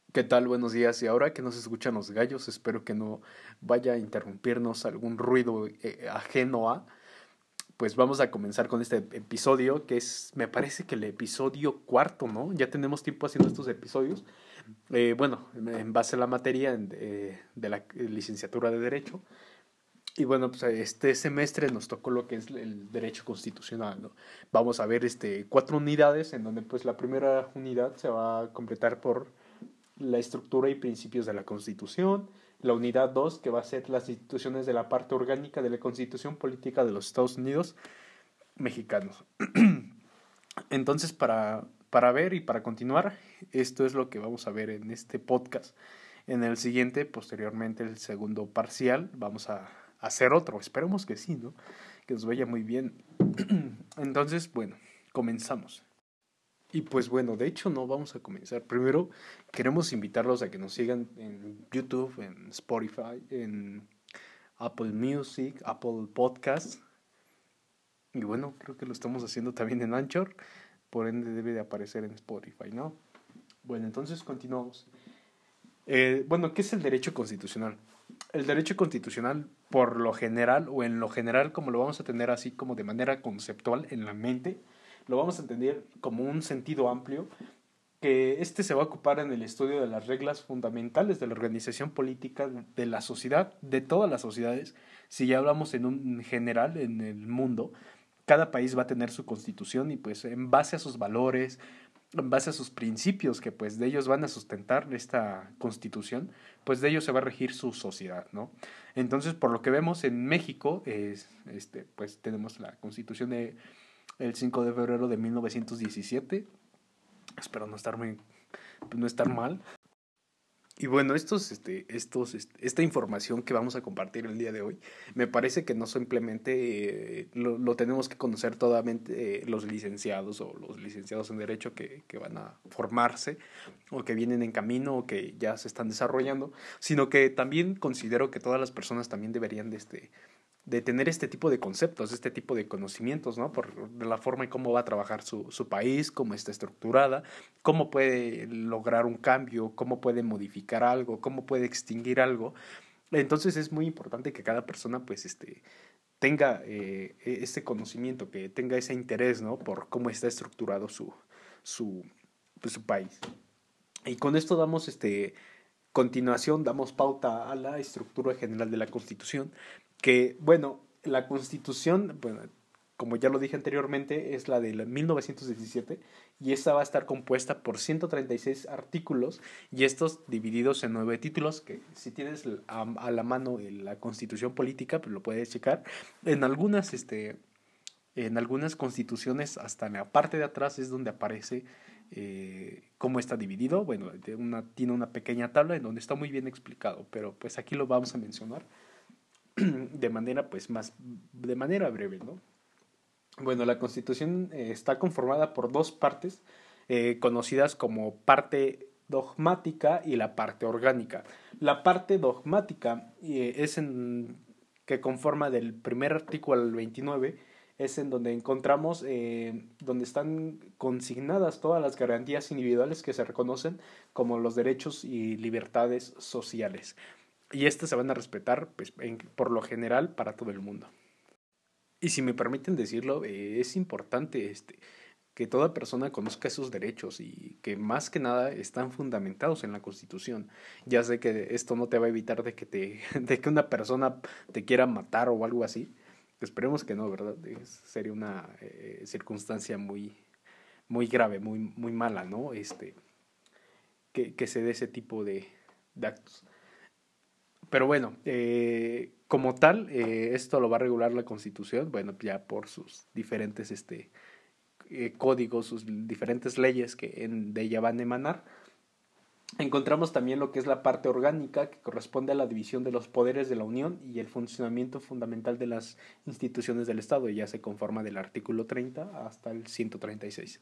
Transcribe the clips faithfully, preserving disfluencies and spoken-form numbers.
¿Qué tal? Buenos días. Y ahora que nos escuchan los gallos, espero que no vaya a interrumpirnos algún ruido eh, ajeno a. Pues vamos a comenzar con este episodio, que es, me parece que el episodio cuarto, ¿no? Ya tenemos tiempo haciendo estos episodios. Eh, bueno, en base a la materia en- eh, de la licenciatura de Derecho. Y bueno, pues este semestre nos tocó lo que es el derecho constitucional, ¿no? Vamos a ver este, cuatro unidades, en donde pues la primera unidad se va a completar por la estructura y principios de la Constitución, la unidad dos, que va a ser las instituciones de la parte orgánica de la Constitución Política de los Estados Unidos mexicanos. Entonces, para, para ver y para continuar, esto es lo que vamos a ver en este podcast. En el siguiente, posteriormente, el segundo parcial, vamos a hacer otro. Esperemos que sí, ¿no? Que nos vaya muy bien. Entonces, bueno, comenzamos. Y pues bueno, de hecho no vamos a comenzar. Primero queremos invitarlos a que nos sigan en YouTube, en Spotify, en Apple Music, Apple Podcasts. Y bueno, creo que lo estamos haciendo también en Anchor. Por ende debe de aparecer en Spotify, ¿no? Bueno, entonces continuamos. Eh, bueno, ¿qué es el derecho constitucional? El derecho constitucional, por lo general, o en lo general, como lo vamos a tener así como de manera conceptual en la mente, lo vamos a entender como un sentido amplio que este se va a ocupar en el estudio de las reglas fundamentales de la organización política de la sociedad, de todas las sociedades. Si ya hablamos en un general, en el mundo, cada país va a tener su constitución y pues en base a sus valores, en base a sus principios que pues de ellos van a sustentar esta constitución, pues de ellos se va a regir su sociedad, ¿no? Entonces, por lo que vemos en México, es, este, pues tenemos la constitución de el cinco de febrero de mil novecientos diecisiete. Espero no estar muy, no estar mal. Y bueno, estos, este, estos, este, esta información que vamos a compartir el día de hoy, me parece que no simplemente eh, lo, lo tenemos que conocer totalmente eh, los licenciados o los licenciados en Derecho que, que van a formarse o que vienen en camino o que ya se están desarrollando, sino que también considero que todas las personas también deberían de, este, de tener este tipo de conceptos, este tipo de conocimientos, ¿no? Por la forma en cómo va a trabajar su, su país, cómo está estructurada, cómo puede lograr un cambio, cómo puede modificar algo, cómo puede extinguir algo. Entonces es muy importante que cada persona pues este tenga eh, este conocimiento, que tenga ese interés, ¿no? Por cómo está estructurado su, su, pues, su país. Y con esto damos este continuación, damos pauta a la estructura general de la Constitución, que, bueno, la Constitución, bueno, como ya lo dije anteriormente, es la de mil novecientos diecisiete y esta va a estar compuesta por ciento treinta y seis artículos y estos divididos en nueve títulos, que si tienes a, a la mano la Constitución política, pues lo puedes checar. En algunas, este, en algunas constituciones, hasta en la parte de atrás es donde aparece eh, cómo está dividido. Bueno, una, tiene una pequeña tabla en donde está muy bien explicado, pero pues aquí lo vamos a mencionar de manera pues más, de manera breve, ¿no? Bueno, la Constitución eh, está conformada por dos partes eh, conocidas como parte dogmática y la parte orgánica. La parte dogmática eh, es en que conforma del primer artículo al veintinueve, es en donde encontramos eh, donde están consignadas todas las garantías individuales que se reconocen como los derechos y libertades sociales. Y estas se van a respetar pues, en, por lo general para todo el mundo. Y si me permiten decirlo, eh, es importante este, que toda persona conozca sus derechos y que más que nada están fundamentados en la Constitución. Ya sé que esto no te va a evitar de que, te, de que una persona te quiera matar o algo así. Esperemos que no, ¿verdad? Es, sería una eh, circunstancia muy, muy grave, muy, muy mala, ¿no? Este, que, que se dé ese tipo de, de actos. Pero bueno, eh, como tal, eh, esto lo va a regular la Constitución, bueno, ya por sus diferentes este, eh, códigos, sus diferentes leyes que en, de ella van a emanar. Encontramos también lo que es la parte orgánica, que corresponde a la división de los poderes de la Unión y el funcionamiento fundamental de las instituciones del Estado. Ya se conforma del artículo treinta hasta el ciento treinta y seis.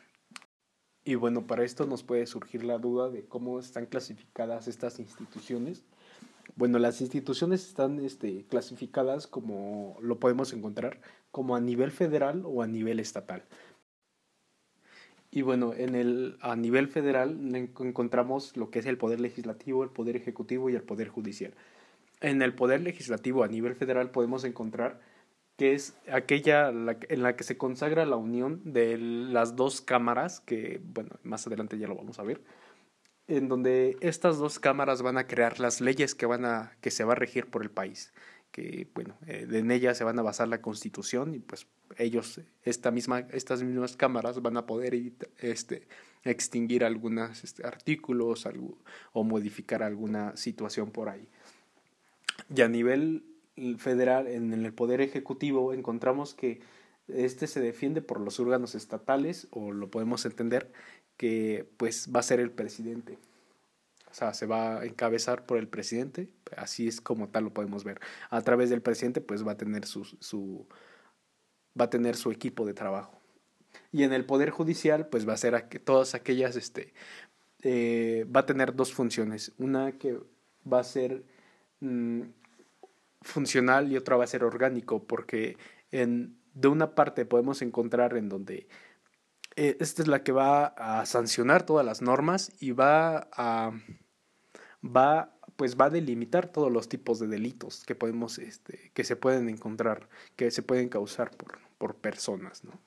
Y bueno, para esto nos puede surgir la duda de cómo están clasificadas estas instituciones. Bueno, las instituciones están este, clasificadas como lo podemos encontrar como a nivel federal o a nivel estatal. Y bueno, en el, a nivel federal encontramos lo que es el poder legislativo, el poder ejecutivo y el poder judicial. En el poder legislativo a nivel federal podemos encontrar que es aquella la, en la que se consagra la unión de las dos cámaras, que bueno, más adelante ya lo vamos a ver, en donde estas dos cámaras van a crear las leyes que van a que se va a regir por el país, que bueno, eh, en ellas se van a basar la Constitución y pues ellos esta misma estas mismas cámaras van a poder este extinguir algunos este, artículos algo, o modificar alguna situación por ahí. Y a nivel federal, en el poder ejecutivo, encontramos que este se defiende por los órganos estatales, o lo podemos entender que pues va a ser el presidente. O sea, se va a encabezar por el presidente, así es como tal lo podemos ver. A través del presidente pues va a tener su, su va a tener su equipo de trabajo. Y en el poder judicial pues va a ser a que todas aquellas este eh, va a tener dos funciones, una que va a ser mmm, funcional y otra va a ser orgánico, porque en, de una parte podemos encontrar en donde eh, esta es la que va a sancionar todas las normas y va a va pues va a delimitar todos los tipos de delitos que podemos este que se pueden encontrar, que se pueden causar por por personas, ¿no?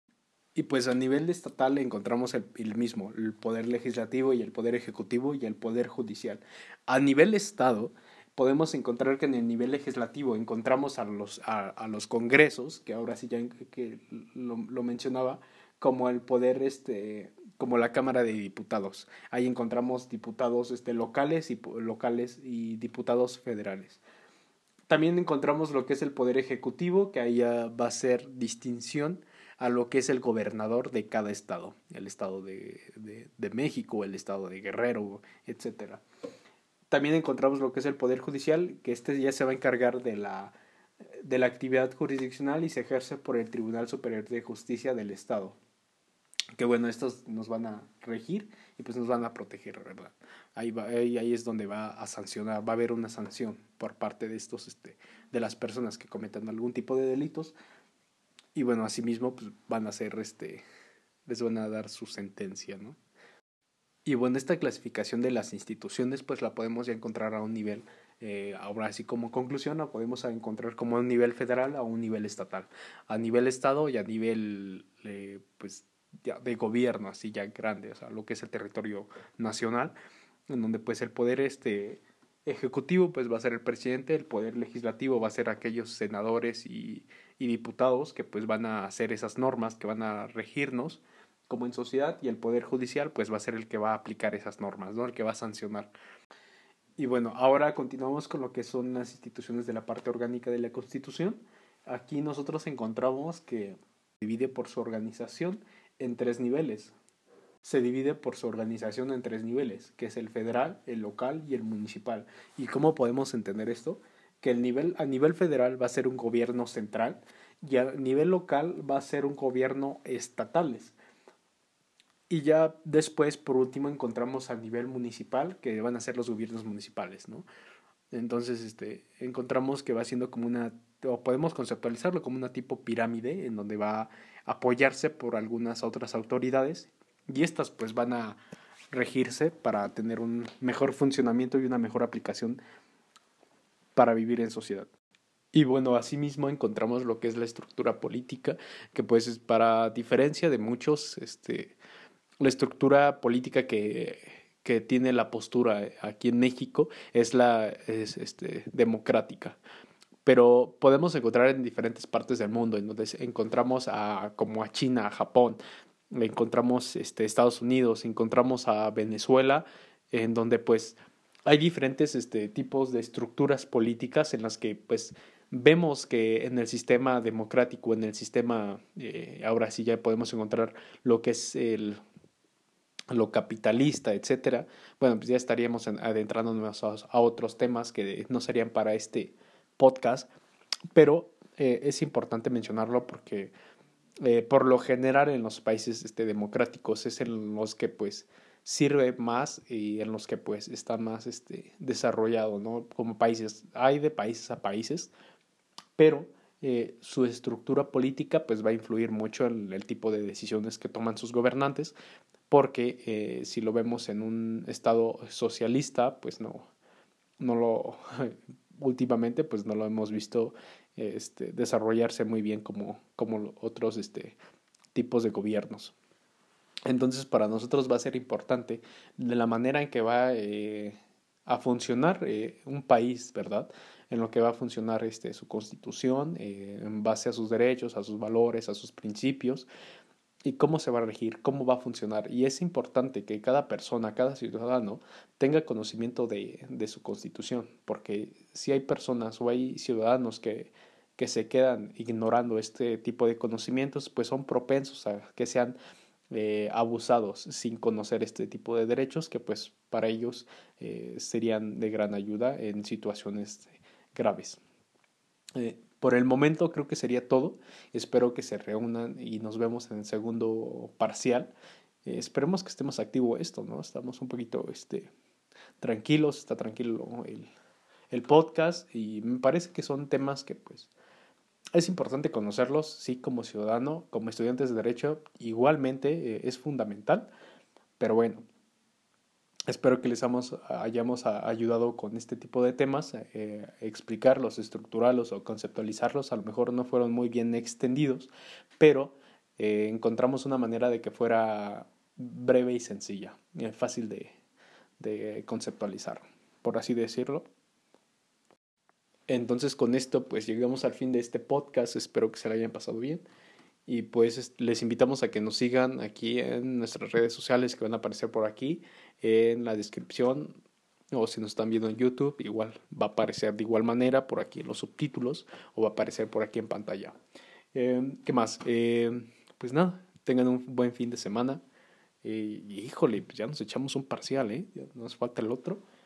Y pues a nivel estatal encontramos el, el mismo, el poder legislativo y el poder ejecutivo y el poder judicial. A nivel estado podemos encontrar que en el nivel legislativo encontramos a los, a, a los congresos, que ahora sí ya que lo, lo mencionaba, como el poder, este, como la Cámara de Diputados. Ahí encontramos diputados este, locales, y, locales y diputados federales. También encontramos lo que es el poder ejecutivo, que ahí ya va a ser distinción a lo que es el gobernador de cada estado, el estado de, de, de México, el estado de Guerrero, etcétera. También encontramos lo que es el poder judicial, que este ya se va a encargar de la, de la actividad jurisdiccional y se ejerce por el Tribunal Superior de Justicia del estado. Que bueno, estos nos van a regir y pues nos van a proteger, ¿verdad? Ahí, va, ahí, ahí es donde va a sancionar, va a haber una sanción por parte de estos, este, de las personas que cometan algún tipo de delitos. Y bueno, asimismo, pues van a ser, este, les van a dar su sentencia, ¿no? Y bueno, esta clasificación de las instituciones, pues la podemos ya encontrar a un nivel, eh, ahora así como conclusión, la podemos encontrar como a un nivel federal, a un nivel estatal, a nivel estado y a nivel, eh, pues, ya de gobierno, así ya grande, o sea, lo que es el territorio nacional, en donde pues el poder este ejecutivo pues va a ser el presidente, el poder legislativo va a ser aquellos senadores y, y diputados que pues van a hacer esas normas que van a regirnos como en sociedad, y el poder judicial pues va a ser el que va a aplicar esas normas, ¿no? El que va a sancionar. Y bueno, ahora continuamos con lo que son las instituciones de la parte orgánica de la Constitución. Aquí nosotros encontramos que se divide por su organización en tres niveles. Se divide por su organización en tres niveles, que es el federal, el local y el municipal. ¿Y cómo podemos entender esto? Que el nivel, a nivel federal va a ser un gobierno central y a nivel local va a ser un gobierno estatales. Y ya después, por último, encontramos a nivel municipal, que van a ser los gobiernos municipales, ¿no? Entonces, este, encontramos que va siendo como una, o podemos conceptualizarlo como una tipo pirámide, en donde va a apoyarse por algunas otras autoridades, y estas pues van a regirse para tener un mejor funcionamiento y una mejor aplicación para vivir en sociedad. Y bueno, asimismo encontramos lo que es la estructura política, que pues para diferencia de muchos, este, la estructura política que, que tiene la postura aquí en México es la es, este, democrática. Pero podemos encontrar en diferentes partes del mundo, en donde encontramos a, como a China, a Japón, encontramos este, Estados Unidos, encontramos a Venezuela, en donde pues hay diferentes este, tipos de estructuras políticas en las que pues vemos que en el sistema democrático, en el sistema, eh, ahora sí ya podemos encontrar lo que es el lo capitalista, etcétera. Bueno, pues ya estaríamos adentrándonos a, a otros temas que no serían para este podcast, pero eh, es importante mencionarlo porque eh, por lo general en los países este, democráticos es en los que pues sirve más y en los que pues está más este, desarrollado, ¿no? Como países, hay de países a países, pero eh, su estructura política pues va a influir mucho en el tipo de decisiones que toman sus gobernantes, porque eh, si lo vemos en un estado socialista, pues no, no lo, últimamente pues no lo hemos visto este, desarrollarse muy bien como, como otros este, tipos de gobiernos. Entonces para nosotros va a ser importante de la manera en que va eh, a funcionar eh, un país, ¿verdad? En lo que va a funcionar este, su constitución, eh, en base a sus derechos, a sus valores, a sus principios, y cómo se va a regir, cómo va a funcionar. Y es importante que cada persona, cada ciudadano tenga conocimiento de, de su constitución, porque si hay personas o hay ciudadanos que, que se quedan ignorando este tipo de conocimientos, pues son propensos a que sean eh, abusados sin conocer este tipo de derechos que pues para ellos eh, serían de gran ayuda en situaciones graves. Eh, por el momento creo que sería todo. Espero que se reúnan y nos vemos en el segundo parcial. Eh, esperemos que estemos activos esto, ¿no? Estamos un poquito este, tranquilos, está tranquilo el, el podcast y me parece que son temas que pues es importante conocerlos, sí, como ciudadano, como estudiantes de derecho, igualmente eh, es fundamental, pero bueno, espero que les hemos, hayamos ayudado con este tipo de temas, eh, explicarlos, estructurarlos o conceptualizarlos. A lo mejor no fueron muy bien extendidos, pero eh, encontramos una manera de que fuera breve y sencilla, eh, fácil de, de conceptualizar, por así decirlo. Entonces con esto pues llegamos al fin de este podcast, espero que se lo hayan pasado bien y pues les invitamos a que nos sigan aquí en nuestras redes sociales que van a aparecer por aquí en la descripción, o si nos están viendo en YouTube igual va a aparecer de igual manera por aquí en los subtítulos o va a aparecer por aquí en pantalla. Eh, ¿Qué más? Eh, pues nada, tengan un buen fin de semana. Eh, y híjole, pues ya nos echamos un parcial, ¿eh? Ya nos falta el otro.